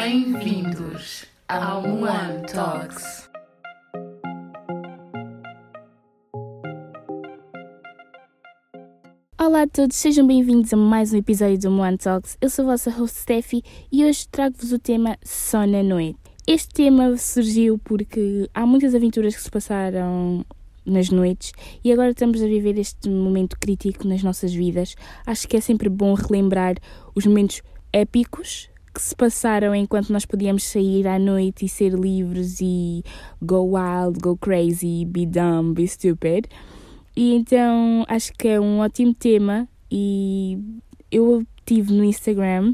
Bem-vindos ao One Talks. Olá a todos, sejam bem-vindos a mais um episódio do One Talks. Eu sou a vossa host Steffi e hoje trago-vos o tema Só na Noite. Este tema surgiu porque há muitas aventuras que se passaram nas noites e agora estamos a viver este momento crítico nas nossas vidas. Acho que é sempre bom relembrar os momentos épicos que se passaram enquanto nós podíamos sair à noite e ser livres e go wild, go crazy, be dumb, be stupid. E então acho que é um ótimo tema e eu estive no Instagram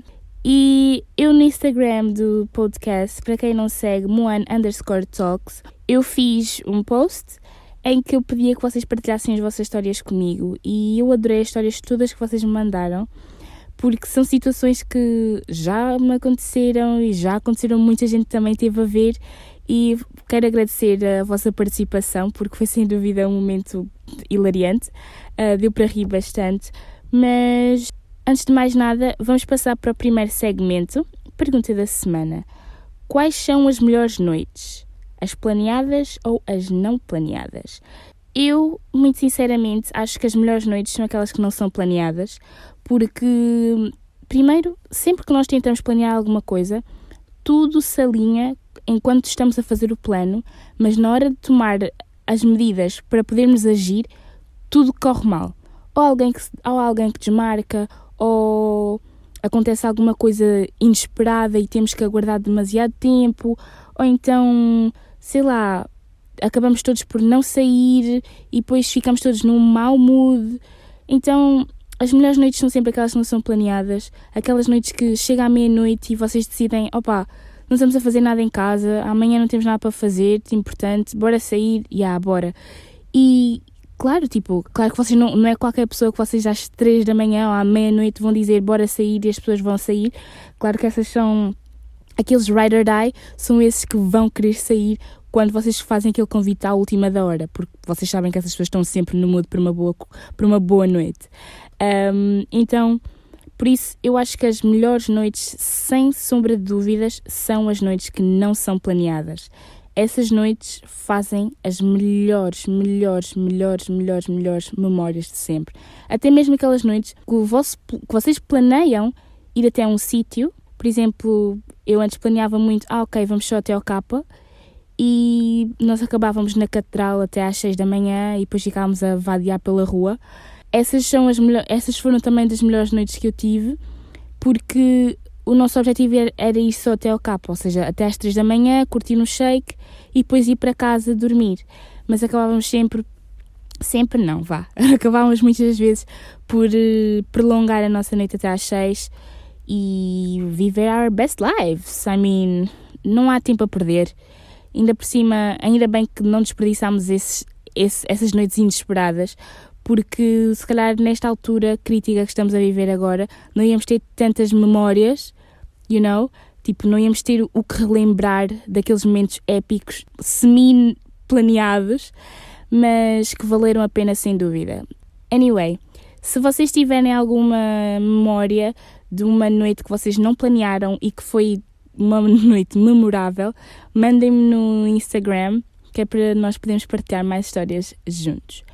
e eu no Instagram do podcast, para quem não segue, Moan_Talks, eu fiz um post em que eu pedia que vocês partilhassem as vossas histórias comigo e eu adorei as histórias todas que vocês me mandaram, porque são situações que já me aconteceram e já aconteceram, muita gente também teve a ver e quero agradecer a vossa participação porque foi sem dúvida um momento hilariante, deu para rir bastante, mas antes de mais nada vamos passar para o primeiro segmento, pergunta da semana. Quais são as melhores noites? As planeadas ou as não planeadas? Eu, muito sinceramente, acho que as melhores noites são aquelas que não são planeadas, porque, primeiro, sempre que nós tentamos planear alguma coisa, tudo se alinha enquanto estamos a fazer o plano, mas na hora de tomar as medidas para podermos agir, tudo corre mal. Ou alguém que desmarca, ou acontece alguma coisa inesperada e temos que aguardar demasiado tempo, ou então, sei lá, acabamos todos por não sair e depois ficamos todos num mau mood. Então, as melhores noites são sempre aquelas que não são planeadas, aquelas noites que chega à meia-noite e vocês decidem, não estamos a fazer nada em casa, amanhã não temos nada para fazer, de importante, bora sair, bora. E, claro que vocês não é qualquer pessoa que vocês às 3 da manhã ou à meia-noite vão dizer bora sair e as pessoas vão sair. Claro que essas são aqueles ride or die, são esses que vão querer sair quando vocês fazem aquele convite à última da hora, porque vocês sabem que essas pessoas estão sempre no mood por uma boa noite. Então, por isso, eu acho que as melhores noites, sem sombra de dúvidas, são as noites que não são planeadas. Essas noites fazem as melhores memórias de sempre. Até mesmo aquelas noites que vocês planeiam ir até um sítio. Por exemplo, eu antes planeava muito, vamos só até ao Capa, e nós acabávamos na catedral até às 6 da manhã e depois ficávamos a vadear pela rua. Essas foram também das melhores noites que eu tive, porque o nosso objetivo era ir só até ao Capa, ou seja, até às 3 da manhã, curtir um shake e depois ir para casa dormir. Mas acabávamos acabávamos muitas vezes por prolongar a nossa noite até às 6 e viver our best lives. Não há tempo a perder. Ainda por cima, ainda bem que não desperdiçámos essas noites inesperadas, porque se calhar nesta altura crítica que estamos a viver agora, não íamos ter tantas memórias, não íamos ter o que relembrar daqueles momentos épicos, semi-planeados, mas que valeram a pena sem dúvida. Anyway, se vocês tiverem alguma memória de uma noite que vocês não planearam e que foi uma noite memorável, mandem-me no Instagram, que é para nós podermos partilhar mais histórias juntos.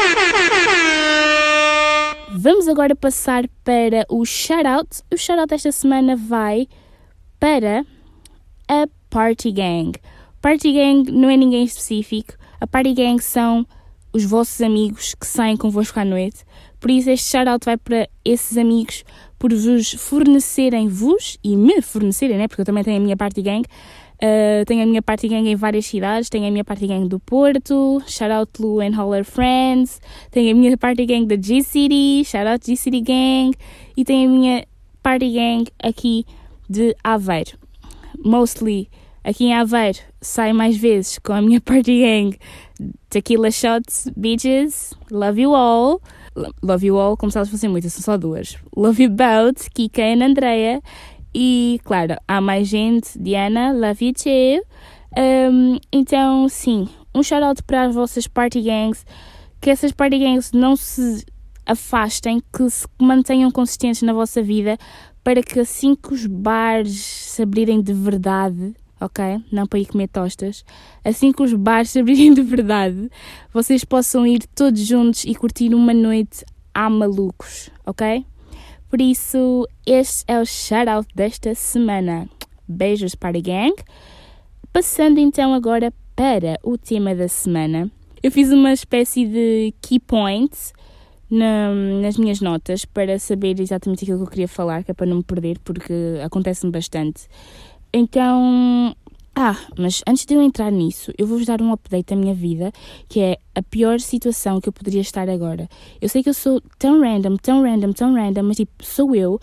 Vamos agora passar para o shout-out. O shout-out desta semana vai para a Party Gang. Party Gang não é ninguém específico. A Party Gang são os vossos amigos que saem convosco à noite. Por isso este shout-out vai para esses amigos por vos fornecerem, e me fornecerem, né? Porque eu também tenho a minha Party Gang. Tenho a minha Party Gang em várias cidades. Tenho a minha Party Gang do Porto, shout out Lu and Holler Friends. Tenho a minha Party Gang da G-City, shout out G-City Gang. E tenho a minha Party Gang aqui de Aveiro. Mostly aqui em Aveiro saio mais vezes com a minha Party Gang. Tequila Shots, Bitches, Love You All. Love You All, como se elas fossem muitas, são só duas. Love You Both, Kika e Andrea. E, claro, há mais gente, Diana, Love You Too. Então, sim, um shout-out para as vossas Party Gangs, que essas Party Gangs não se afastem, que se mantenham consistentes na vossa vida, para que assim que os bares se abrirem de verdade, ok? Não para ir comer tostas. Assim que os bares se abrirem de verdade, vocês possam ir todos juntos e curtir uma noite a malucos, ok? Por isso, este é o shout-out desta semana. Beijos, Party Gang. Passando então agora para o tema da semana. Eu fiz uma espécie de key points nas minhas notas para saber exatamente aquilo que eu queria falar, que é para não me perder, porque acontece-me bastante. Então, mas antes de eu entrar nisso, eu vou-vos dar um update da minha vida, que é a pior situação que eu poderia estar agora. Eu sei que eu sou tão random, mas tipo, sou eu,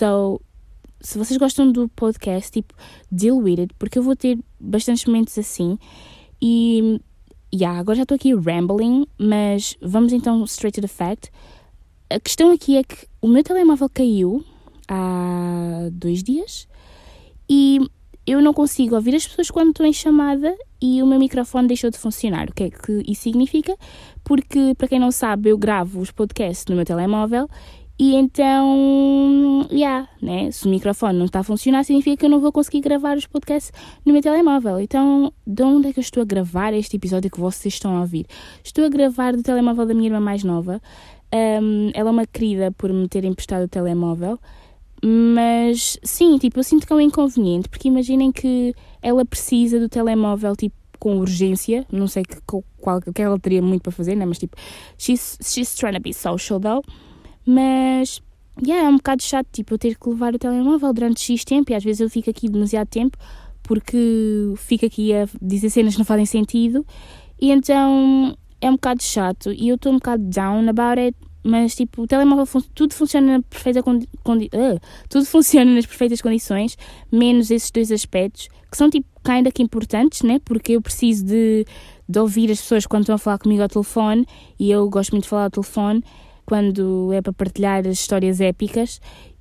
se vocês gostam do podcast, tipo, deal with it, porque eu vou ter bastantes momentos assim, e agora já estou aqui rambling, mas vamos então straight to the fact. A questão aqui é que o meu telemóvel caiu há 2 dias e eu não consigo ouvir as pessoas quando estou em chamada e o meu microfone deixou de funcionar. O que é que isso significa? Porque, para quem não sabe, eu gravo os podcasts no meu telemóvel e então, se o microfone não está a funcionar, significa que eu não vou conseguir gravar os podcasts no meu telemóvel. Então, de onde é que eu estou a gravar este episódio que vocês estão a ouvir? Estou a gravar do telemóvel da minha irmã mais nova. Ela é uma querida por me ter emprestado o telemóvel. Mas, sim, tipo, eu sinto que é um inconveniente, porque imaginem que ela precisa do telemóvel, tipo, com urgência. Não sei que ela teria muito para fazer, né? Mas, tipo, she's trying to be social, though. Mas, é um bocado chato, tipo, eu ter que levar o telemóvel durante X tempo e às vezes eu fico aqui demasiado tempo porque fico aqui a dizer cenas que não fazem sentido e então é um bocado chato e eu estou um bocado down about it, mas, tipo, o telemóvel, tudo funciona na perfeita tudo funciona nas perfeitas condições, menos esses 2 aspectos, que são, tipo, kinda que importantes, né? Porque eu preciso de ouvir as pessoas quando estão a falar comigo ao telefone e eu gosto muito de falar ao telefone quando é para partilhar as histórias épicas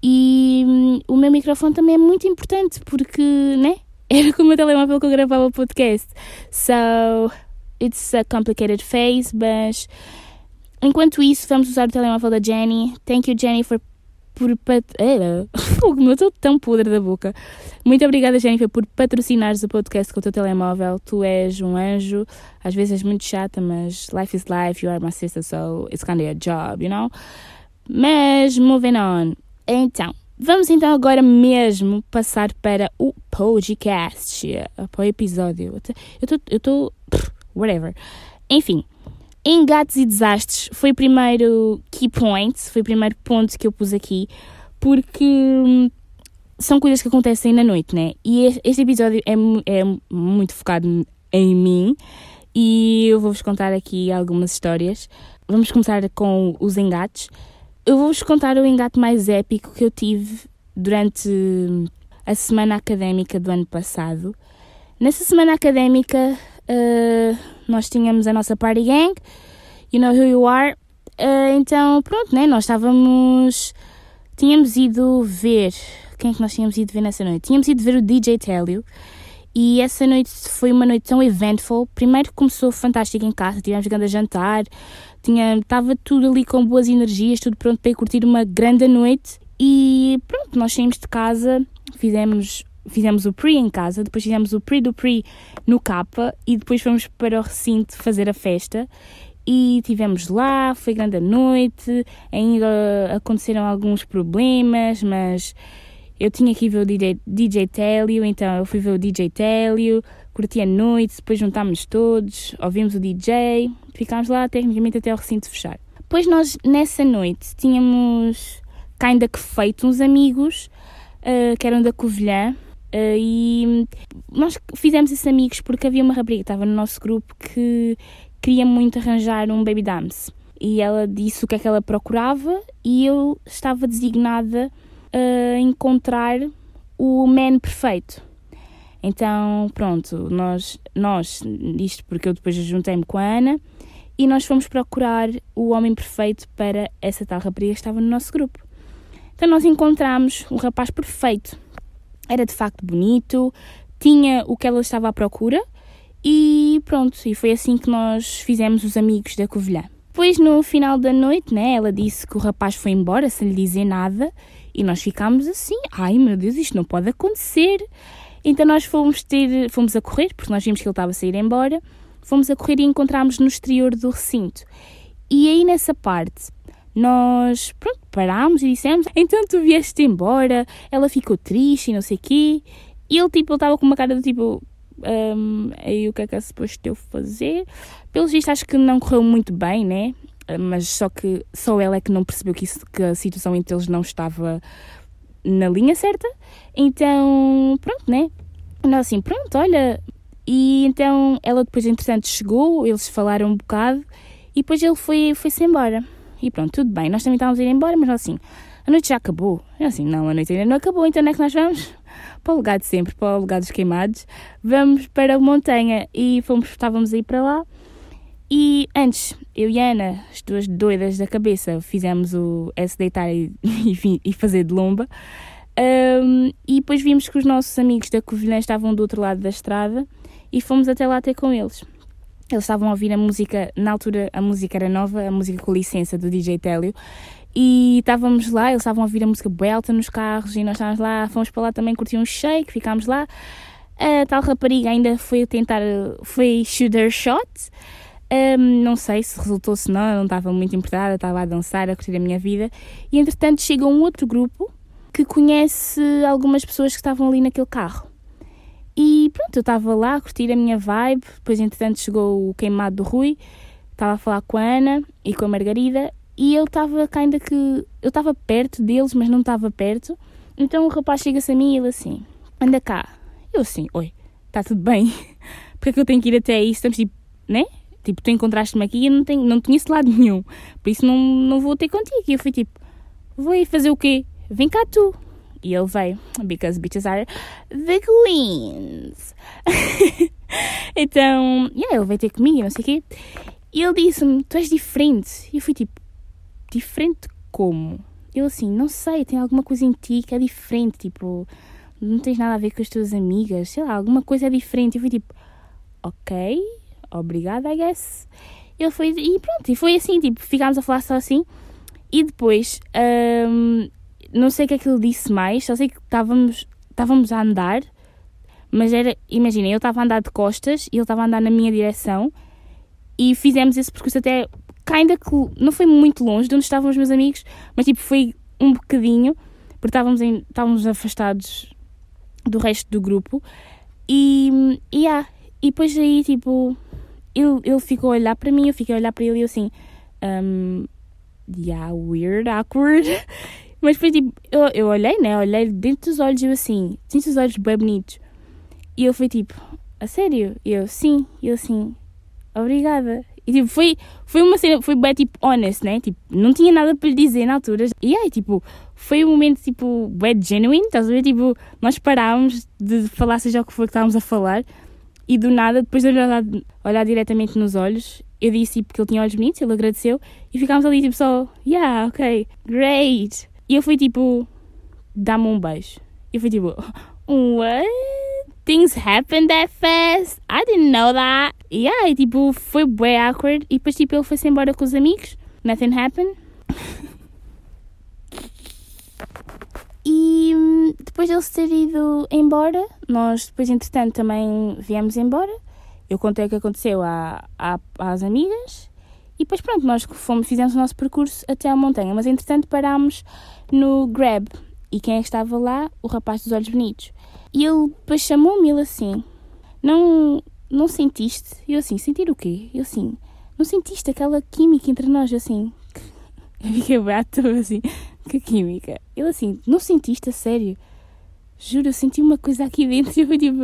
e o meu microfone também é muito importante porque, né, era com o meu telemóvel que eu gravava o podcast, so it's a complicated phase, mas enquanto isso vamos usar o telemóvel da Jenny. Thank you, Jenny, eu estou tão podre da boca. Muito obrigada, Jennifer, por patrocinares o podcast com o teu telemóvel. Tu és um anjo. Às vezes és muito chata, mas life is life. You are my sister, so it's kind of your job, you know? Mas, moving on. Então, vamos então agora mesmo passar para o podcast. Para o episódio. Eu estou whatever. Enfim. Engates e desastres foi o primeiro key point, foi o primeiro ponto que eu pus aqui, porque são coisas que acontecem na noite, né? E este episódio é muito focado em mim e eu vou-vos contar aqui algumas histórias. Vamos começar com os engates. Eu vou-vos contar o engate mais épico que eu tive durante a semana académica do ano passado. Nessa semana académica, nós tínhamos a nossa party gang, you know who you are, então pronto, né, tínhamos ido ver, quem é que nós tínhamos ido ver nessa noite? Tínhamos ido ver o DJ Télio e essa noite foi uma noite tão eventful. Primeiro começou fantástico em casa, tivemos grande jantar, estava tudo ali com boas energias, tudo pronto para ir curtir uma grande noite e pronto, nós saímos de casa, fizemos o pre em casa, depois fizemos o pre do pre no Capa e depois fomos para o recinto fazer a festa e estivemos lá, foi grande a noite, ainda aconteceram alguns problemas, mas eu tinha que ir ver o DJ Télio, então eu fui ver o DJ Télio, curti a noite, depois juntámos todos, ouvimos o DJ, ficámos lá tecnicamente até o recinto fechar. Depois nós, nessa noite, tínhamos kinda que feito uns amigos que eram da Covilhã, e nós fizemos esses amigos porque havia uma rapariga que estava no nosso grupo que queria muito arranjar um baby dance e ela disse o que é que ela procurava e eu estava designada a encontrar o man perfeito. Então pronto, nós isto porque eu depois juntei-me com a Ana e nós fomos procurar o homem perfeito para essa tal rapariga que estava no nosso grupo. Então nós encontramos um rapaz perfeito. Era de facto bonito, tinha o que ela estava à procura e pronto, e foi assim que nós fizemos os amigos da Covilhã. Depois no final da noite, né, ela disse que o rapaz foi embora sem lhe dizer nada E nós ficámos assim, ai meu Deus, isto não pode acontecer. Então nós fomos a correr, porque nós vimos que ele estava a sair embora, fomos a correr e encontrámos no exterior do recinto. E aí nessa parte, nós, parámos e dissemos, então tu vieste embora, ela ficou triste e não sei o quê. E ele estava com uma cara do tipo, aí o que é suposto eu fazer? Pelos vistos acho que não correu muito bem, né? Mas só ela é que não percebeu que a situação entre eles não estava na linha certa. Então, né? Nós assim, olha. E então ela depois, entretanto, chegou, eles falaram um bocado e depois ele foi-se embora. E tudo bem, nós também estávamos a ir embora, mas assim, a noite já acabou. Eu assim, não, a noite ainda não acabou, então onde é que nós vamos? Para o lugar de sempre, para o lugar dos queimados. Vamos para a montanha e estávamos a ir para lá. E antes, eu e a Ana, as duas doidas da cabeça, fizemos o se deitar e fazer de lomba. E depois vimos que os nossos amigos da Covilhã estavam do outro lado da estrada e fomos até lá ter com eles. Eles estavam a ouvir a música, na altura a música era nova, a música Com Licença, do DJ Télio. E estávamos lá, eles estavam a ouvir a música Belta nos carros e nós estávamos lá, fomos para lá também curtir um shake, ficámos lá. A tal rapariga ainda foi shooter shot. Não sei se resultou, se não, eu não estava muito importada, estava a dançar, a curtir a minha vida. E entretanto chegou um outro grupo que conhece algumas pessoas que estavam ali naquele carro. E eu estava lá a curtir a minha vibe, depois entretanto chegou o queimado do Rui, estava a falar com a Ana e com a Margarida, e eu estava eu estava perto deles, mas não estava perto. Então o rapaz chega-se a mim e ele assim, anda cá. Eu assim, oi, está tudo bem? Porque é que eu tenho que ir até aí? Estamos tipo, né? Tipo, tu encontraste-me aqui e eu não te conheço de lado nenhum. Por isso não vou ter contigo. E eu fui tipo, vou ir fazer o quê? Vem cá tu. E ele veio. Because bitches are the queens. Então, ele veio ter comigo, não sei o quê. E ele disse-me, tu és diferente. E eu fui tipo, diferente como? Ele assim, não sei, tem alguma coisa em ti que é diferente. Tipo, não tens nada a ver com as tuas amigas. Sei lá, alguma coisa é diferente. E eu fui tipo, ok, obrigada, I guess. Ele foi, e foi assim, tipo, ficámos a falar só assim. E depois, não sei o que é que ele disse mais, só sei que estávamos a andar, mas imaginem, eu estava a andar de costas e ele estava a andar na minha direção e fizemos esse percurso até, que não foi muito longe de onde estavam os meus amigos, mas tipo, foi um bocadinho, porque estávamos afastados do resto do grupo e depois aí, tipo, ele ficou a olhar para mim, eu fiquei a olhar para ele e eu assim, weird, awkward. Mas foi tipo, eu olhei, né? Olhei dentro dos olhos e eu assim, tinha os olhos bem bonitos. E ele foi tipo, a sério? E eu, sim. E ele assim, obrigada. E tipo, foi uma cena, foi bem tipo, honest, né? Tipo, não tinha nada para lhe dizer na altura. E aí, tipo, foi um momento tipo, bem genuine, estás a ver? Tipo, nós parámos de falar seja o que for que estávamos a falar. E do nada, depois de olhar diretamente nos olhos, eu disse tipo, que ele tinha olhos bonitos, ele agradeceu. E ficámos ali tipo só, ok, great. E eu fui tipo, dá-me um beijo. E eu fui tipo, what? Things happen that fast? I didn't know that. E aí, tipo, foi bem awkward. E depois, tipo, ele foi-se embora com os amigos. Nothing happened. E depois de ele se ter ido embora, nós depois, entretanto, também viemos embora. Eu contei o que aconteceu às amigas. E depois, nós fizemos o nosso percurso até à montanha. Mas, entretanto, parámos no Grab. E quem é que estava lá? O rapaz dos olhos bonitos. E ele depois chamou-me, ele assim, não sentiste? Eu assim, sentir o quê? Eu assim, não sentiste aquela química entre nós? Eu assim, eu fiquei bato assim, que química? Ele assim, não sentiste, a sério? Juro, eu senti uma coisa aqui dentro e eu fui tipo,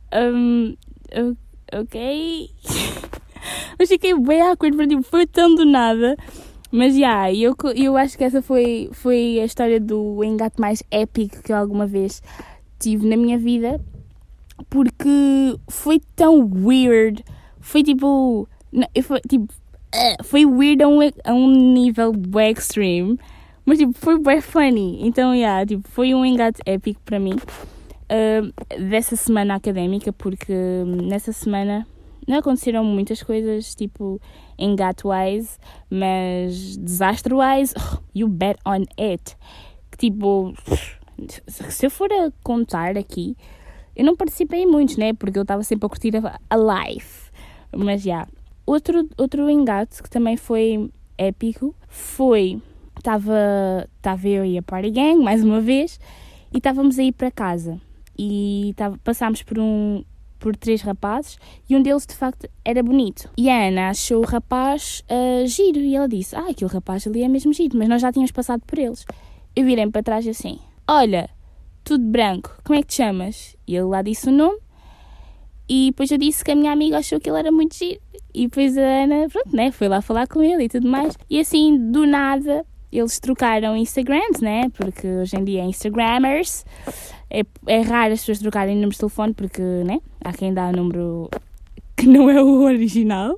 ok. Mas fiquei bem awkward, porque tipo, foi tão do nada. Mas eu acho que essa foi a história do engate mais épico que eu alguma vez tive na minha vida, porque foi tão weird, foi tipo, foi weird a um nível bem extreme, mas tipo, foi bem funny. Então, tipo, foi um engate épico para mim, dessa semana académica, porque nessa semana não aconteceram muitas coisas, tipo, engate-wise, mas desastre-wise, you bet on it. tipo, se eu for a contar aqui, eu não participei em muitos, né? Porque eu estava sempre a curtir a live. Mas já. Outro engate que também foi épico foi... Estava eu e a Party Gang, mais uma vez, e estávamos a ir para casa. E passámos por 3 rapazes e um deles, de facto, era bonito. E a Ana achou o rapaz giro e ela disse, aquele rapaz ali é mesmo giro, mas nós já tínhamos passado por eles. Eu virei para trás assim, olha, tudo branco, como é que te chamas? E ele lá disse o nome e depois eu disse que a minha amiga achou que ele era muito giro. E depois a Ana, pronto, né, foi lá falar com ele e tudo mais. E assim, do nada, eles trocaram Instagrams, né, porque hoje em dia é Instagrammers. É raro as pessoas trocarem números de telefone porque, né, há quem dá número que não é o original.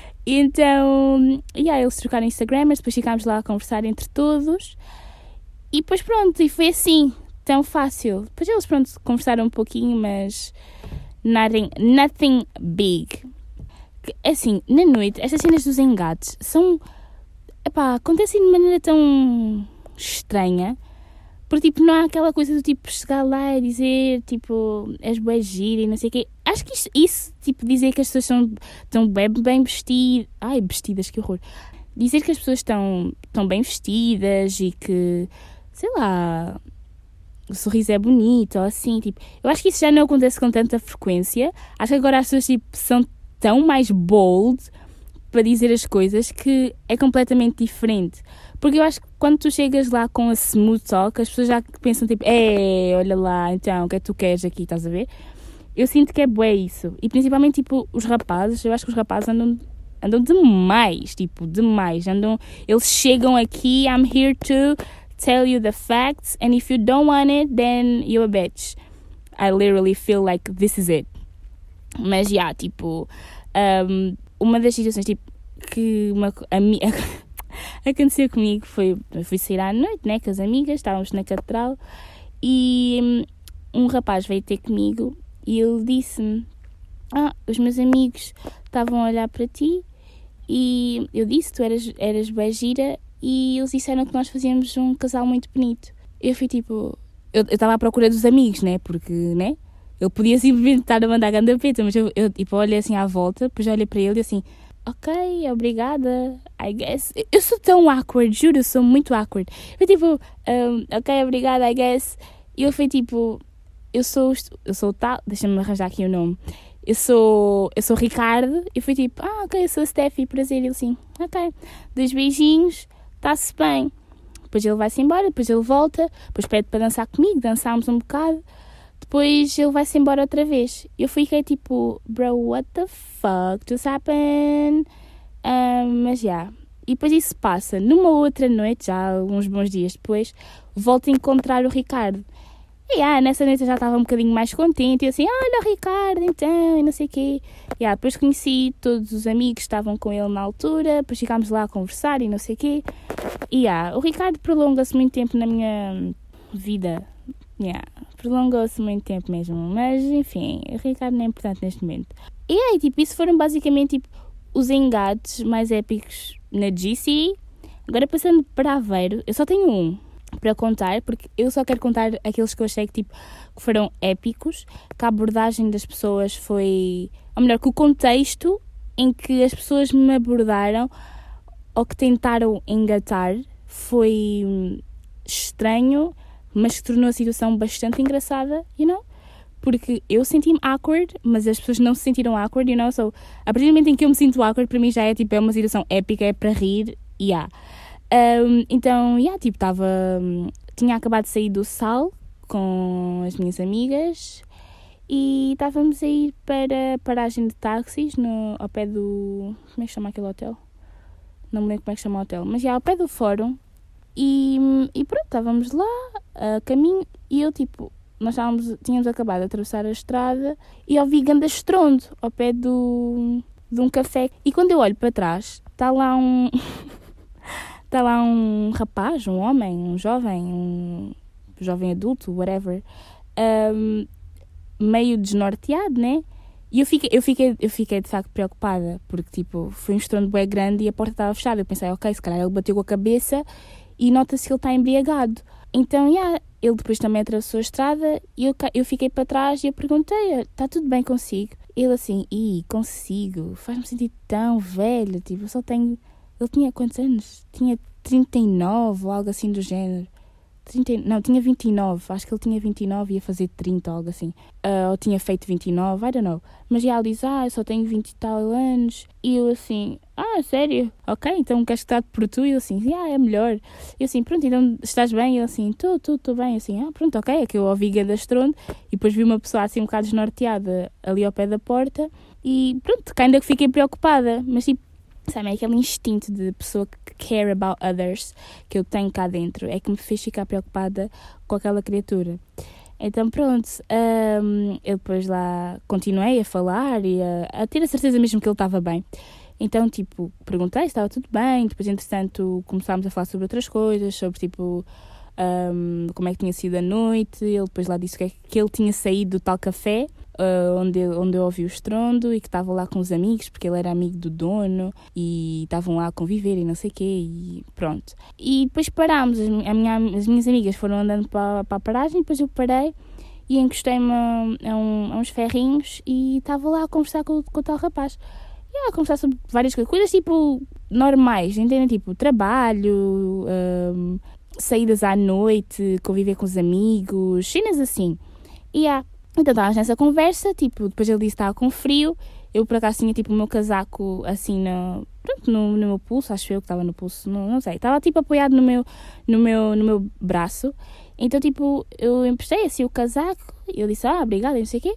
Então, eles trocaram Instagrammers, depois ficámos lá a conversar entre todos. E depois pronto, e foi assim, tão fácil. Depois eles, pronto, conversaram um pouquinho, mas nothing big. Assim, na noite, estas cenas dos engates são... acontecem de maneira tão estranha. Porque, tipo, não há aquela coisa do tipo chegar lá e dizer, tipo, és bué gira e não sei o quê. Acho que isso, tipo, dizer que as pessoas estão bem vestidas... Ai, vestidas, que horror. Dizer que as pessoas estão bem vestidas e que, sei lá, o sorriso é bonito ou assim, tipo... Eu acho que isso já não acontece com tanta frequência. Acho que agora as pessoas, tipo, são tão mais bold para dizer as coisas que é completamente diferente. Porque eu acho que quando tu chegas lá com a smooth talk, as pessoas já pensam tipo, olha lá, então, o que é que tu queres aqui, estás a ver? Eu sinto que é bué isso. E principalmente, tipo, os rapazes, eu acho que os rapazes andam demais, tipo, demais. Eles chegam aqui, I'm here to tell you the facts, and if you don't want it, then you're a bitch. I literally feel like this is it. Mas, tipo, uma das situações, tipo, que aconteceu comigo foi, eu fui sair à noite, né, com as amigas, estávamos na catedral e um rapaz veio ter comigo e ele disse-me, os meus amigos estavam a olhar para ti e eu disse, tu eras bué gira e eles disseram que nós fazíamos um casal muito bonito. Eu fui tipo, eu estava à procura dos amigos, né, porque, né, ele podia simplesmente estar a mandar ganda peta, mas eu tipo, olhei assim à volta, depois olhei para ele e assim, ok, obrigada, I guess. Eu sou tão awkward, juro, eu sou muito awkward. Foi tipo, ok, obrigada, I guess. E eu fui tipo, eu sou tal, deixa-me arranjar aqui o nome. Eu sou Ricardo. E fui tipo, ok, eu sou a Steffi, prazer. E ele assim, ok, 2 beijinhos, está-se bem. Depois ele vai-se embora, depois ele volta, depois pede para dançar comigo, dançámos um bocado. Depois ele vai-se embora outra vez. Eu fiquei tipo, bro, what the fuck just happened? Mas já. E depois isso passa. Numa outra noite, já uns bons dias depois, volto a encontrar o Ricardo. E nessa noite eu já estava um bocadinho mais contente. E assim, olha o Ricardo então, e não sei o quê. Depois conheci todos os amigos que estavam com ele na altura. Depois ficámos lá a conversar e não sei o quê. E o Ricardo prolonga-se muito tempo na minha vida. Prolongou-se muito tempo mesmo, mas enfim, o Ricardo não é importante neste momento. E aí, tipo, isso foram basicamente tipo, os engates mais épicos na GC. Agora passando para Aveiro, eu só tenho um para contar, porque eu só quero contar aqueles que eu achei que, tipo, que foram épicos, que a abordagem das pessoas foi, ou melhor, que o contexto em que as pessoas me abordaram ou que tentaram engatar foi estranho, mas que tornou a situação bastante engraçada, porque eu senti-me awkward, mas as pessoas não se sentiram awkward, so, a partir do momento em que eu me sinto awkward, para mim já é, tipo, é uma situação épica, é para rir, então, tipo, tinha acabado de sair do Sal com as minhas amigas e estávamos a ir para a paragem de táxis ao pé do... Como é que chama aquele hotel? Não me lembro como é que chama o hotel, mas ao pé do fórum. E pronto, estávamos lá a caminho e eu, tipo, tínhamos acabado de atravessar a estrada e ouvi ganda estrondo ao pé de um café. E quando eu olho para trás, está lá um rapaz, um homem, um jovem adulto, whatever, meio desnorteado, né? E eu fiquei de facto preocupada, porque, tipo, foi um estrondo bem grande e a porta estava fechada. Eu pensei, ok, se calhar ele bateu com a cabeça e nota-se que ele está embriagado. Então, ele depois também atravessou a estrada e eu fiquei para trás e eu perguntei, está tudo bem consigo? Ele assim, consigo, faz-me sentir tão velho, tipo, eu só tenho... Ele tinha quantos anos? Tinha 39 ou algo assim do género. Não, tinha 29, acho que ele tinha 29 e ia fazer 30 ou algo assim. Ou tinha feito 29, I don't know. Mas já ele diz, eu só tenho 20 e tal anos. E eu assim, sério? Ok, então queres que trate por tu? E eu assim, é melhor. E eu assim, pronto, então estás bem? E ele assim, estou bem. Eu assim, pronto, ok, é que eu ouvi grande estrondo. E depois vi uma pessoa assim um bocado desnorteada ali ao pé da porta. E pronto, ainda que fiquei preocupada. Mas tipo, sabe, é aquele instinto de pessoa que care about others que eu tenho cá dentro, é que me fez ficar preocupada com aquela criatura. Então pronto, eu depois lá continuei a falar e a ter a certeza mesmo que ele estava bem. Então tipo, perguntei se estava tudo bem, depois entretanto começámos a falar sobre outras coisas, sobre tipo como é que tinha sido a noite. Ele depois lá disse que ele tinha saído do tal café onde eu ouvi o estrondo e que estava lá com os amigos, porque ele era amigo do dono e estavam lá a conviver e não sei o quê, e pronto. E depois parámos, as minhas amigas foram andando para a paragem, depois eu parei e encostei-me a uns ferrinhos e estava lá a conversar com o tal rapaz. E a conversar sobre várias coisas tipo normais, entendem? Tipo trabalho, saídas à noite, conviver com os amigos, cenas assim. E então estávamos nessa conversa, tipo, depois ele disse que estava com frio, eu por acaso tinha tipo o meu casaco assim no meu pulso, acho eu que estava no pulso, não sei, estava tipo apoiado no meu braço, então tipo, eu emprestei assim o casaco, e ele disse, obrigada, e não sei o quê,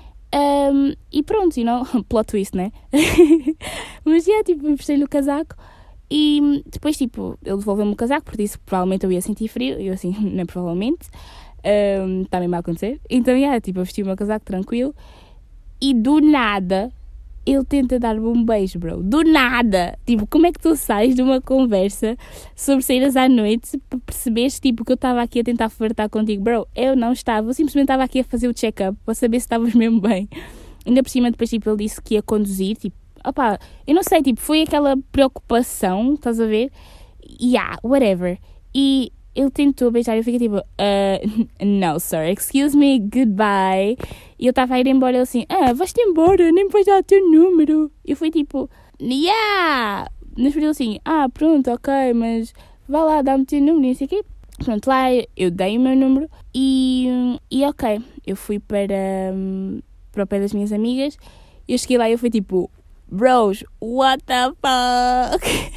e pronto, plot twist, né? Mas tipo, emprestei-lhe o casaco, e depois tipo, ele devolveu-me o casaco, porque disse que provavelmente eu ia sentir frio, e eu assim, não é provavelmente... Está mesmo a acontecer. Então, tipo, eu vesti o meu casaco tranquilo e do nada ele tenta dar-me um beijo, bro. Do nada! Tipo, como é que tu sais de uma conversa sobre saídas à noite para perceberes, tipo, que eu estava aqui a tentar flertar contigo? Bro, eu não estava. Eu simplesmente estava aqui a fazer o check-up para saber se estavas mesmo bem. Ainda por cima, depois, tipo, ele disse que ia conduzir. Tipo, eu não sei, tipo, foi aquela preocupação, estás a ver? Whatever. E ele tentou beijar e eu fiquei tipo, no sir, excuse me, goodbye. E eu estava a ir embora, ele assim, vais-te embora, nem vais dar o teu número. E eu fui tipo, Mas ele assim, pronto, ok, mas vá lá, dá-me o teu número, e não sei o quê. Pronto, lá eu dei o meu número e ok, eu fui para o pé das minhas amigas. Eu cheguei lá e eu fui tipo, bros, what the fuck?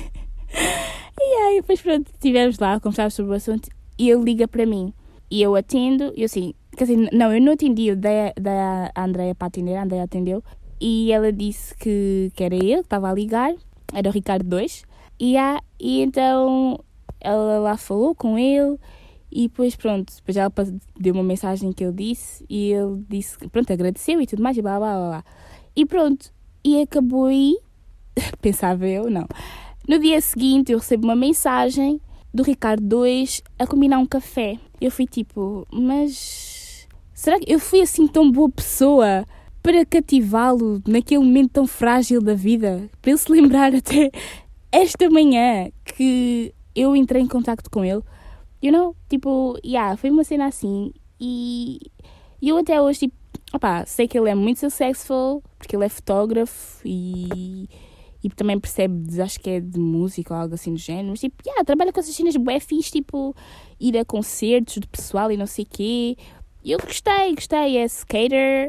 E aí, depois pronto, estivemos lá, conversávamos sobre o assunto e ele liga para mim. E eu atendo, e eu assim, quer dizer, não, eu não atendi, eu dei a Andreia para atender, a Andreia atendeu. E ela disse que era ele, que estava a ligar, era o Ricardo 2. E então ela lá falou com ele e depois pronto, depois ela deu uma mensagem que ele disse e ele disse, pronto, agradeceu e tudo mais e blá blá blá blá. E pronto, e acabou aí, pensava eu, não. No dia seguinte eu recebo uma mensagem do Ricardo 2 a combinar um café. Eu fui tipo, mas será que eu fui assim tão boa pessoa para cativá-lo naquele momento tão frágil da vida? Para ele se lembrar até esta manhã que eu entrei em contacto com ele. Tipo, foi uma cena assim. E eu até hoje, tipo, sei que ele é muito successful, porque ele é fotógrafo e também percebe, acho que é de música ou algo assim do género. Mas, tipo, trabalha com essas cenas bué fixe, tipo, ir a concertos de pessoal e não sei o quê. E eu gostei, é skater,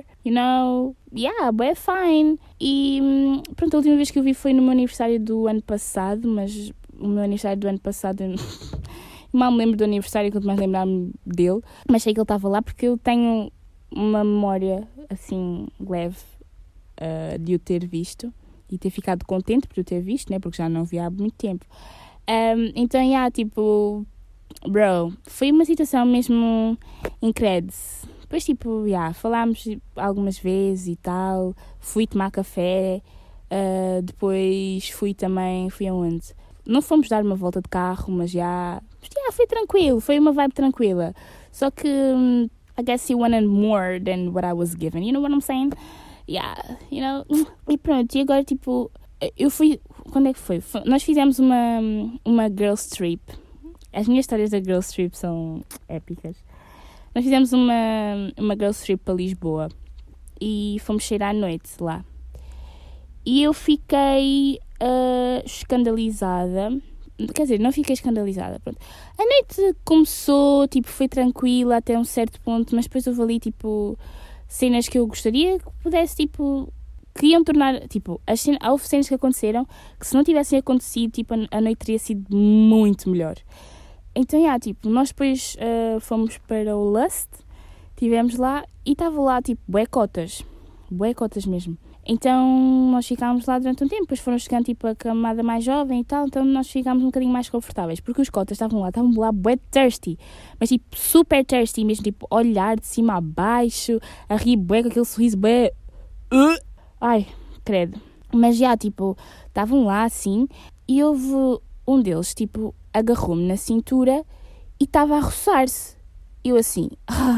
bué fine. E, pronto, a última vez que eu vi foi no meu aniversário do ano passado, mas o meu aniversário do ano passado, eu mal me lembro do aniversário, quanto mais lembrar-me dele. Mas sei que ele estava lá porque eu tenho uma memória, assim, leve de o ter visto. E ter ficado contente por eu ter visto, né? Porque já não via há muito tempo. Então, tipo... Bro, foi uma situação mesmo incrível. Depois, tipo, falámos algumas vezes e tal. Fui tomar café. Depois fui aonde? Não fomos dar uma volta de carro, mas foi tranquilo. Foi uma vibe tranquila. Só que... I guess he wanted more than what I was given. You know what I'm saying? E pronto, e agora tipo, eu fui, quando é que foi? Nós fizemos uma girls trip As minhas histórias da Girls Trip são épicas. Nós fizemos uma Girls Trip para Lisboa e fomos sair à noite lá. E eu fiquei escandalizada. Quer dizer, não fiquei escandalizada. Pronto. A noite começou, tipo, foi tranquila até um certo ponto, mas depois houve ali, tipo, cenas que eu gostaria que pudesse, tipo, que iam tornar, tipo, houve cenas que aconteceram que se não tivessem acontecido, tipo, a noite teria sido muito melhor. Então, tipo, nós depois fomos para o Lust, estivemos lá e estava lá, tipo, bué cotas mesmo. Então, nós ficámos lá durante um tempo, depois foram chegando, tipo, a camada mais jovem e tal, então nós ficámos um bocadinho mais confortáveis, porque os cotas estavam lá bué thirsty, mas, tipo, super thirsty mesmo, tipo, olhar de cima a baixo, a rir bué com aquele sorriso bué... Ai, credo. Mas tipo, estavam lá assim, e houve um deles, tipo, agarrou-me na cintura e estava a roçar-se. Eu assim,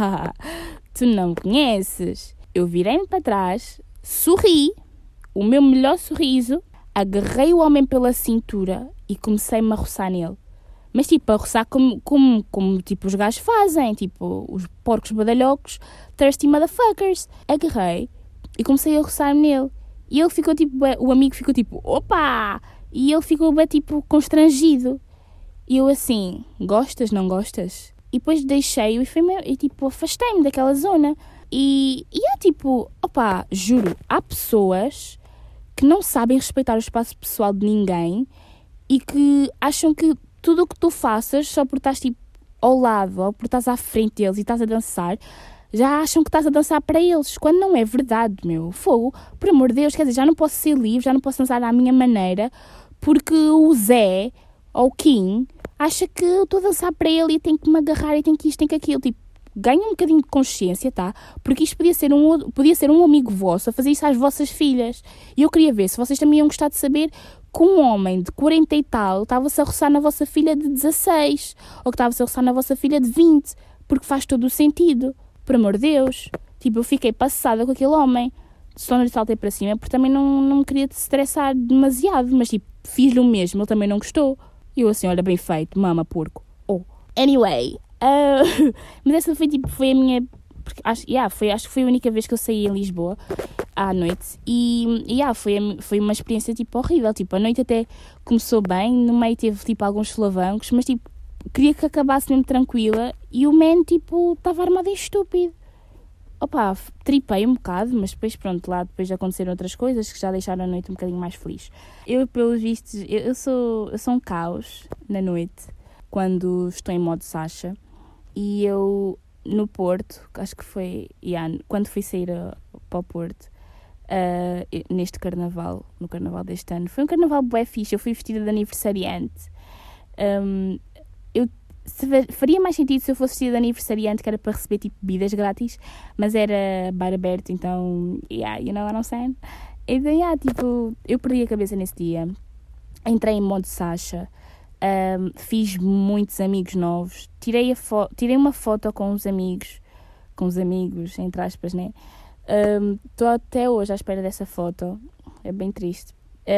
tu não me conheces. Eu virei-me para trás, sorri, o meu melhor sorriso, agarrei o homem pela cintura e comecei-me a roçar nele. Mas, tipo, a roçar como tipo, os gajos fazem, tipo, os porcos badalhocos, thirsty motherfuckers. Agarrei e comecei a roçar-me nele. E ele ficou, tipo, o amigo ficou, tipo, opa! E ele ficou, tipo, constrangido. E eu assim, gostas, não gostas? E depois deixei-o e tipo, afastei-me daquela zona. E tipo, opa, juro, há pessoas que não sabem respeitar o espaço pessoal de ninguém e que acham que tudo o que tu faças, só por estás, tipo, ao lado ou por estás à frente deles e estás a dançar, já acham que estás a dançar para eles, quando não é verdade, meu. Fogo, por amor de Deus, quer dizer, já não posso ser livre, já não posso dançar à minha maneira, porque o Zé, ou o Kim, acha que eu estou a dançar para ele e tem que me agarrar e tem que isto, tem que aquilo, tipo, ganha um bocadinho de consciência, tá? Porque isto podia ser um amigo vosso a fazer isso às vossas filhas. E eu queria ver se vocês também iam gostar de saber que um homem de 40 e tal estava-se a roçar na vossa filha de 16, ou que estava-se a roçar na vossa filha de 20, porque faz todo o sentido. Por amor de Deus. Tipo, eu fiquei passada com aquele homem. Só não lhe saltei para cima, porque também não me queria estressar demasiado. Mas, tipo, fiz-lhe o mesmo. Ele também não gostou. E eu assim, olha, bem feito, mama, porco. Oh. Anyway. Mas essa foi, tipo, foi a minha... Porque, acho que foi a única vez que eu saí em Lisboa à noite. E foi uma experiência, tipo, horrível. Tipo, a noite até começou bem. No meio teve, tipo, alguns solavancos. Mas, tipo, queria que acabasse mesmo tranquila e o man, tipo, estava armado em estúpido. Opa, tripei um bocado, mas depois, pronto, lá depois aconteceram outras coisas que já deixaram a noite um bocadinho mais feliz. Eu, pelos vistos, eu sou um caos na noite, quando estou em modo Sasha. E eu, no Porto, acho que foi, quando fui sair para o Porto, neste carnaval, no carnaval deste ano, foi um carnaval bué fixe, eu fui vestida de aniversariante. Faria mais sentido se eu fosse vestida de aniversariante, que era para receber, tipo, bebidas grátis, mas era bar aberto, então, you know what I'm saying? Então, tipo, eu perdi a cabeça nesse dia, entrei em modo Sasha, fiz muitos amigos novos, tirei uma foto com os amigos, entre aspas, né? Estou até hoje à espera dessa foto, é bem triste.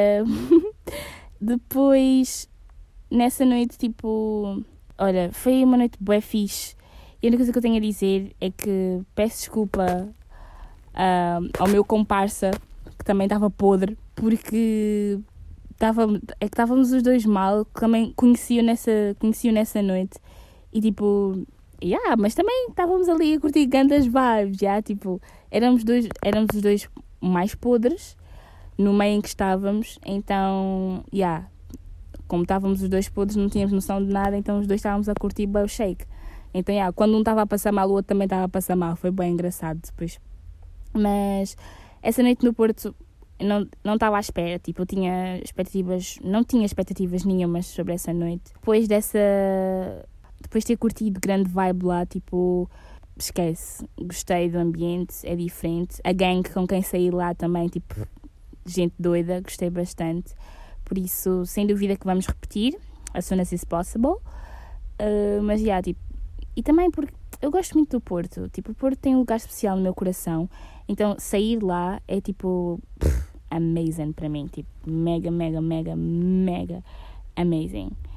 Depois, nessa noite, tipo... Olha, foi uma noite bué fixe. E a única coisa que eu tenho a dizer é que peço desculpa ao meu comparsa, que também estava podre, porque estávamos os dois mal, que também conheci-o nessa noite. E tipo, mas também estávamos ali a curtir grandes vibes, tipo, éramos os dois mais podres no meio em que estávamos, então, como estávamos os dois podres, não tínhamos noção de nada, então os dois estávamos a curtir bem o shake. Então, quando um estava a passar mal, o outro também estava a passar mal. Foi bem engraçado depois. Mas essa noite no Porto não estava à espera. Tipo, não tinha expectativas nenhumas sobre essa noite. Depois de ter curtido grande vibe lá, tipo, esquece. Gostei do ambiente, é diferente. A gangue com quem saí lá também, tipo, gente doida, gostei bastante. Por isso, sem dúvida que vamos repetir, as soon as is possible. Mas, tipo... E também porque eu gosto muito do Porto. Tipo, o Porto tem um lugar especial no meu coração. Então, sair lá é, tipo... amazing para mim. Tipo, mega, mega, mega, mega amazing.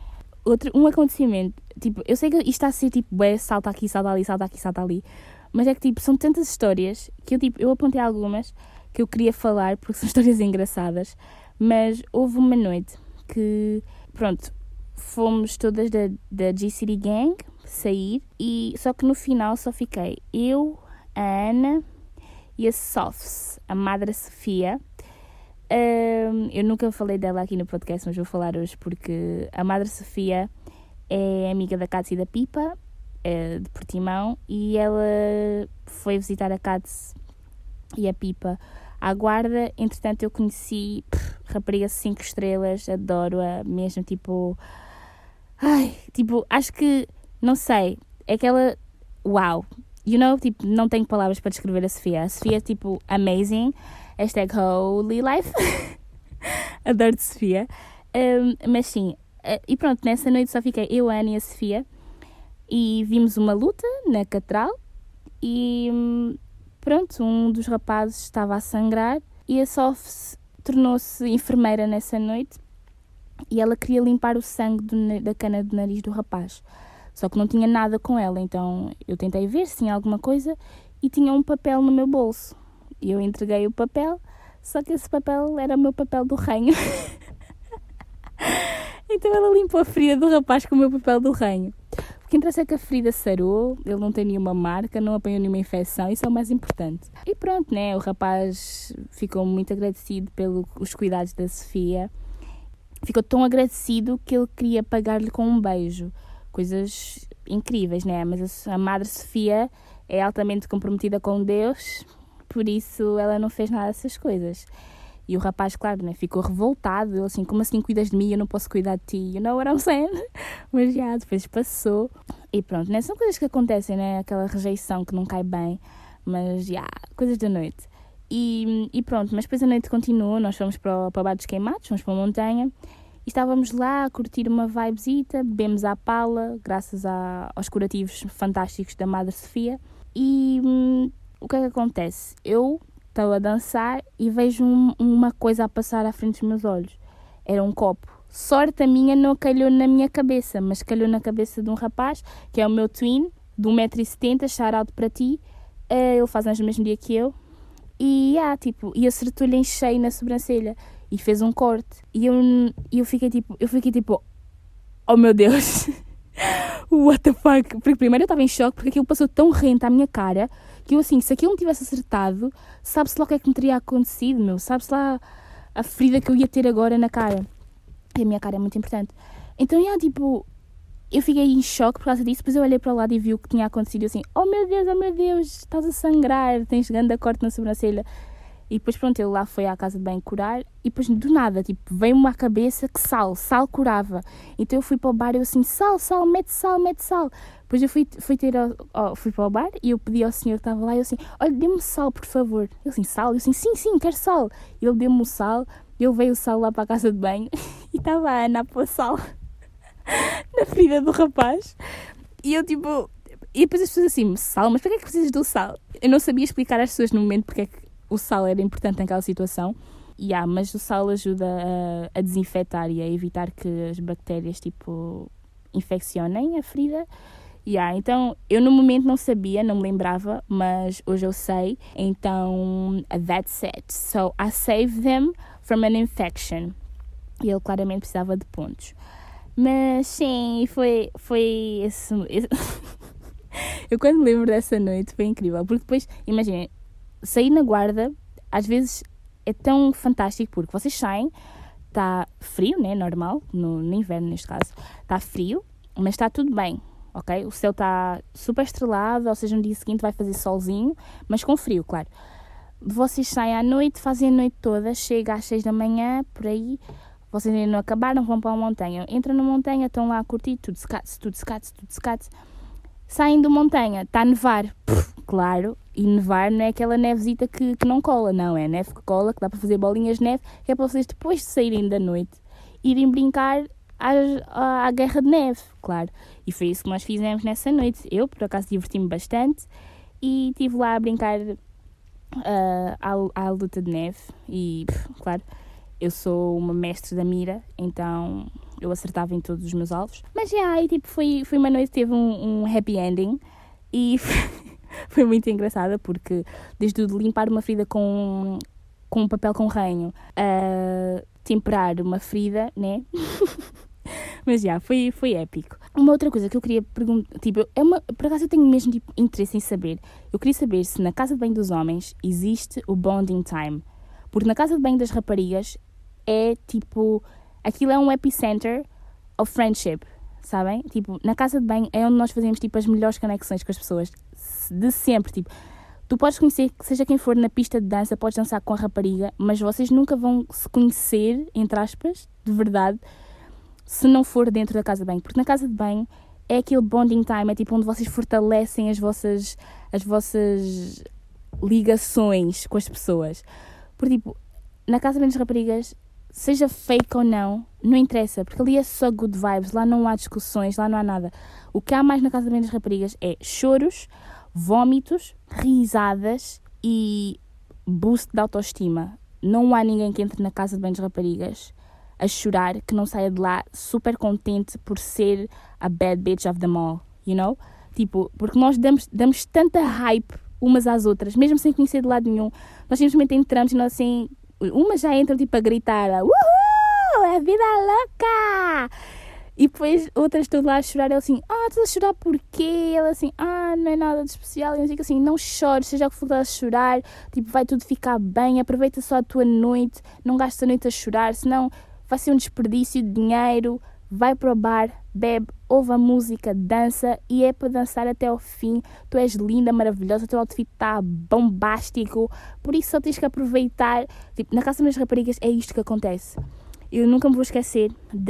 um acontecimento, tipo, eu sei que isto está a ser tipo, salta aqui, salta ali, salta aqui, salta ali, mas é que tipo, são tantas histórias que eu apontei algumas que eu queria falar porque são histórias engraçadas, mas houve uma noite que, pronto, fomos todas da G-City Gang sair, e só que no final só fiquei eu, a Ana e a Sofs, a Madre Sofia. Eu nunca falei dela aqui no podcast, mas vou falar hoje porque a Madre Sofia é amiga da Cats e da Pipa, de Portimão, e ela foi visitar a Cats e a Pipa à Guarda. Entretanto, eu conheci rapariga 5 estrelas, adoro-a mesmo, tipo... Ai, tipo, acho que, não sei, é aquela... Uau! You know, tipo, não tenho palavras para descrever a Sofia. A Sofia é, tipo, amazing. #holy life. Adoro Sofia. Mas sim, e pronto, nessa noite só fiquei eu, a Ana e a Sofia. E vimos uma luta na Catral. E pronto, um dos rapazes estava a sangrar. E a Sof tornou-se enfermeira nessa noite. E ela queria limpar o sangue da cana de nariz do rapaz. Só que não tinha nada com ela, então eu tentei ver se tinha alguma coisa e tinha um papel no meu bolso. E eu entreguei o papel, só que esse papel era o meu papel do ranho. Então ela limpou a ferida do rapaz com o meu papel do ranho. O que interessa é que a ferida sarou, ele não tem nenhuma marca, não apanhou nenhuma infecção, isso é o mais importante. E pronto, né? O rapaz ficou muito agradecido pelos cuidados da Sofia. Ficou tão agradecido que ele queria pagar-lhe com um beijo. Coisas incríveis, né? Mas a Madre Sofia é altamente comprometida com Deus, por isso ela não fez nada dessas coisas. E o rapaz, claro, né, ficou revoltado. Ele assim, como assim cuidas de mim? Eu não posso cuidar de ti. You know what I'm saying? Mas já, depois passou. E pronto, né? São coisas que acontecem, né? Aquela rejeição que não cai bem. Mas já, coisas da noite. E pronto, mas depois a noite continuou. Nós fomos para o Bar dos Queimados, fomos para a montanha. E estávamos lá a curtir uma vibezita, bebemos à pala, graças aos curativos fantásticos da Madre Sofia. E o que é que acontece? Eu estou a dançar e vejo uma coisa a passar à frente dos meus olhos. Era um copo. Sorte a minha não calhou na minha cabeça, mas calhou na cabeça de um rapaz, que é o meu twin, de 1,70m, shout out para ti. Ele faz anos no mesmo dia que eu. E e acertou-lhe em cheio na sobrancelha. E fez um corte. E eu fiquei tipo, oh meu Deus, what the fuck? Porque primeiro eu estava em choque, porque aquilo passou tão rente à minha cara, que eu assim, se aquilo me tivesse acertado, sabe-se lá o que é que me teria acontecido, meu. Sabe-se lá a ferida que eu ia ter agora na cara. E a minha cara é muito importante. Então, eu fiquei em choque por causa disso. Depois eu olhei para o lado e vi o que tinha acontecido. E eu assim, oh meu Deus, estás a sangrar, tens grande corte na sobrancelha. E depois, pronto, ele lá foi à casa de banho curar. E depois, do nada, veio-me à cabeça que sal curava. Então eu fui para o bar e eu assim, sal, mete sal. Depois eu fui para o bar e eu pedi ao senhor que estava lá. E eu assim, olha, dê-me sal, por favor. Ele assim, sal? Eu assim, sim, quero sal. E ele deu-me o sal. Eu veio o sal lá para a casa de banho. E estava a Ana a pôr sal na ferida do rapaz. E eu E depois as pessoas assim, sal? Mas para que é que precisas do sal? Eu não sabia explicar às pessoas no momento porque é que o sal era importante naquela situação. Mas o sal ajuda a desinfetar e a evitar que as bactérias, infeccionem a ferida. Então, eu no momento não sabia, não me lembrava, mas hoje eu sei. Então, that's it. So, I saved them from an infection. E ele claramente precisava de pontos. Mas, sim, foi esse... Eu quando me lembro dessa noite foi incrível. Porque depois, imaginem, sair na Guarda, às vezes é tão fantástico porque vocês saem, está frio, né, normal, no inverno neste caso, está frio, mas está tudo bem, ok? O céu está super estrelado, ou seja, no dia seguinte vai fazer solzinho, mas com frio, claro. Vocês saem à noite, fazem a noite toda, chega às 6 da manhã, por aí, vocês ainda não acabaram, vão para a montanha. Entram na montanha, estão lá a curtir, tudo secate. Saem da montanha, está a nevar, claro, e nevar não é aquela nevezita que não cola, não, é neve que cola, que dá para fazer bolinhas de neve, que é para vocês depois de saírem da noite, irem brincar à guerra de neve, claro. E foi isso que nós fizemos nessa noite. Eu, por acaso, diverti-me bastante e estive lá a brincar à luta de neve e, claro, eu sou uma mestre da mira, então eu acertava em todos os meus alvos. Mas aí tipo, foi uma noite que teve um happy ending e foi muito engraçada porque desde de limpar uma ferida com um papel com ranho a temperar uma ferida, né? Mas foi épico. Uma outra coisa que eu queria perguntar, tipo, por acaso eu tenho mesmo tipo, interesse em saber. Eu queria saber se na casa de banho dos homens existe o bonding time. Porque na casa de banho das raparigas é tipo, aquilo é um epicenter of friendship, sabem? Tipo, na casa de banho é onde nós fazemos tipo as melhores conexões com as pessoas de sempre, tipo. Tu podes conhecer, seja quem for na pista de dança, podes dançar com a rapariga, mas vocês nunca vão se conhecer, entre aspas, de verdade, se não for dentro da casa de banho. Porque na casa de banho é aquele bonding time, é tipo onde vocês fortalecem as vossas ligações com as pessoas. Porque tipo, na casa de banho das raparigas, seja fake ou não, não interessa, porque ali é só good vibes, lá não há discussões, lá não há nada. O que há mais na casa de banho das raparigas é choros, vómitos, risadas e boost de autoestima. Não há ninguém que entre na casa de banho das raparigas a chorar que não saia de lá super contente por ser a bad bitch of them all, you know? Tipo, porque nós damos tanta hype umas às outras, mesmo sem conhecer de lado nenhum. Nós simplesmente entramos e nós assim, umas já entram tipo a gritar, uhul, é vida louca! E depois outras estão lá a chorar, ela assim, estás a chorar porquê? Ela assim, não é nada de especial. E eu digo assim, não chores, seja o que for a chorar, tipo, vai tudo ficar bem, aproveita só a tua noite, não gastes a noite a chorar, senão vai ser um desperdício de dinheiro. Vai para o bar, bebe, ouve a música, dança e é para dançar até ao fim. Tu és linda, maravilhosa, o teu outfit está bombástico, por isso só tens que aproveitar. Tipo, na casa das raparigas é isto que acontece. Eu nunca me vou esquecer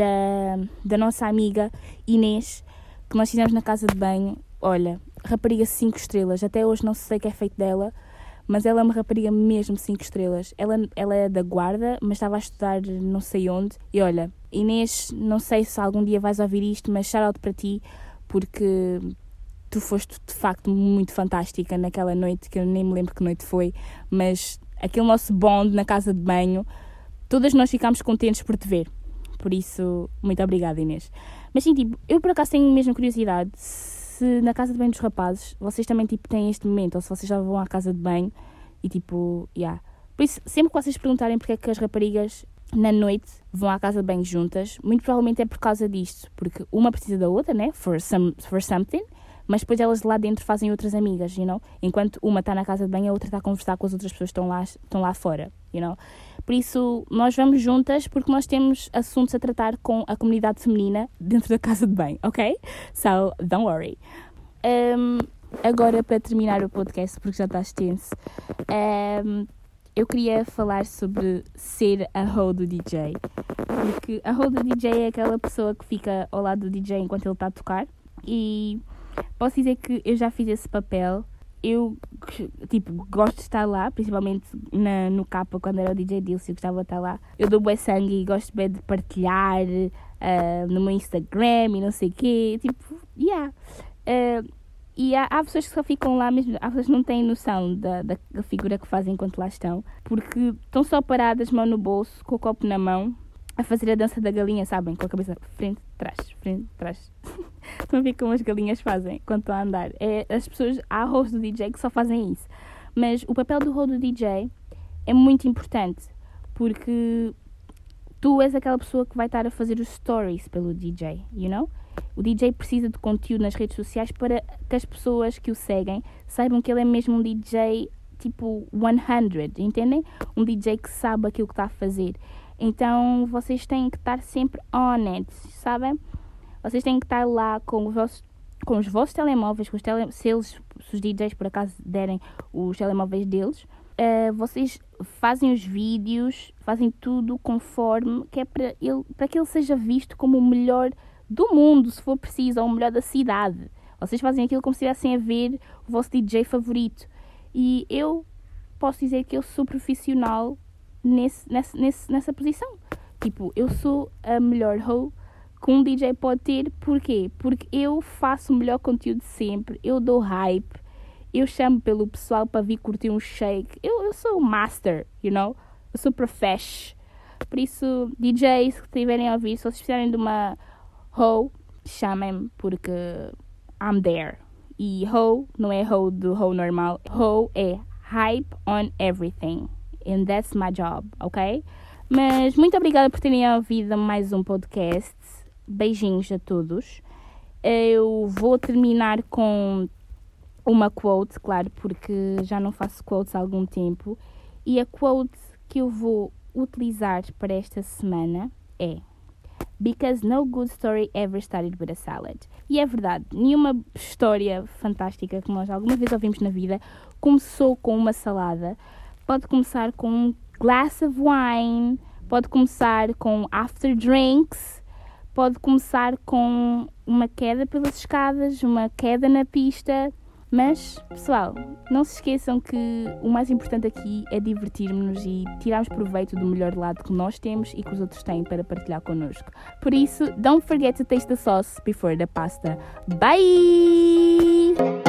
da nossa amiga Inês, que nós fizemos na casa de banho. Olha, rapariga 5 estrelas, até hoje não sei o que é feito dela, mas ela é uma rapariga mesmo 5 estrelas. Ela é da Guarda, mas estava a estudar não sei onde. E olha, Inês, não sei se algum dia vais ouvir isto, mas shout out para ti, porque tu foste de facto muito fantástica naquela noite, que eu nem me lembro que noite foi, mas aquele nosso bond na casa de banho, todas nós ficámos contentes por te ver. Por isso, muito obrigada, Inês. Mas sim, tipo, eu por acaso tenho mesmo curiosidade se na casa de banho dos rapazes vocês também tipo, têm este momento, ou se vocês já vão à casa de banho e tipo, Por isso, sempre que vocês perguntarem porque é que as raparigas na noite vão à casa de banho juntas, muito provavelmente é por causa disto, porque uma precisa da outra, né, for something, mas depois elas lá dentro fazem outras amigas, you know? Enquanto uma está na casa de banho, a outra está a conversar com as outras pessoas que estão lá fora, you know? Por isso, nós vamos juntas porque nós temos assuntos a tratar com a comunidade feminina dentro da casa de banho, ok? So, don't worry. Agora, para terminar o podcast, porque já está extenso, eu queria falar sobre ser a hoe do DJ. Porque a hoe do DJ é aquela pessoa que fica ao lado do DJ enquanto ele está a tocar. E posso dizer que eu já fiz esse papel. Eu, tipo, gosto de estar lá, principalmente no Capa, quando era o DJ Dilce, eu gostava de estar lá. Eu dou bué sangue e gosto bem de partilhar no meu Instagram e não sei o quê. Tipo, e há pessoas que só ficam lá mesmo, há pessoas que não têm noção da figura que fazem enquanto lá estão, porque estão só paradas, mão no bolso, com o copo na mão, a fazer a dança da galinha, sabem? Com a cabeça frente, trás. Estão a ver como as galinhas fazem quando estão a andar. As pessoas, há hoes do DJ que só fazem isso. Mas o papel do hoe do DJ é muito importante, porque tu és aquela pessoa que vai estar a fazer os stories pelo DJ, you know? O DJ precisa de conteúdo nas redes sociais para que as pessoas que o seguem saibam que ele é mesmo um DJ tipo 100, entendem? Um DJ que sabe aquilo que está a fazer. Então, vocês têm que estar sempre on it, sabem? Vocês têm que estar lá com os vossos telemóveis, se os DJs por acaso derem os telemóveis deles. Vocês fazem os vídeos, fazem tudo conforme, que é para que ele seja visto como o melhor do mundo, se for preciso, ou o melhor da cidade. Vocês fazem aquilo como se estivessem a ver o vosso DJ favorito. E eu posso dizer que eu sou profissional nessa posição. Tipo, eu sou a melhor hoe que um DJ pode ter. Porquê? Porque eu faço o melhor conteúdo de sempre. Eu dou hype. Eu chamo pelo pessoal para vir curtir um shake. Eu sou o master, you know? Eu sou profesh. Por isso, DJs que estiverem a ouvir, se vocês precisarem de uma hoe, chamem-me, porque I'm there. E hoe não é hoe do hoe normal. Hoe é hype on everything. And that's my job, ok? Mas muito obrigada por terem ouvido mais um podcast. Beijinhos a todos. Eu vou terminar com uma quote, claro, porque já não faço quotes há algum tempo. E a quote que eu vou utilizar para esta semana é: Because no good story ever started with a salad. E é verdade, nenhuma história fantástica que nós alguma vez ouvimos na vida começou com uma salada. Pode começar com um glass of wine, pode começar com after drinks, pode começar com uma queda pelas escadas, uma queda na pista. Mas, pessoal, não se esqueçam que o mais importante aqui é divertirmos-nos e tirarmos proveito do melhor lado que nós temos e que os outros têm para partilhar connosco. Por isso, don't forget to taste the sauce before the pasta. Bye!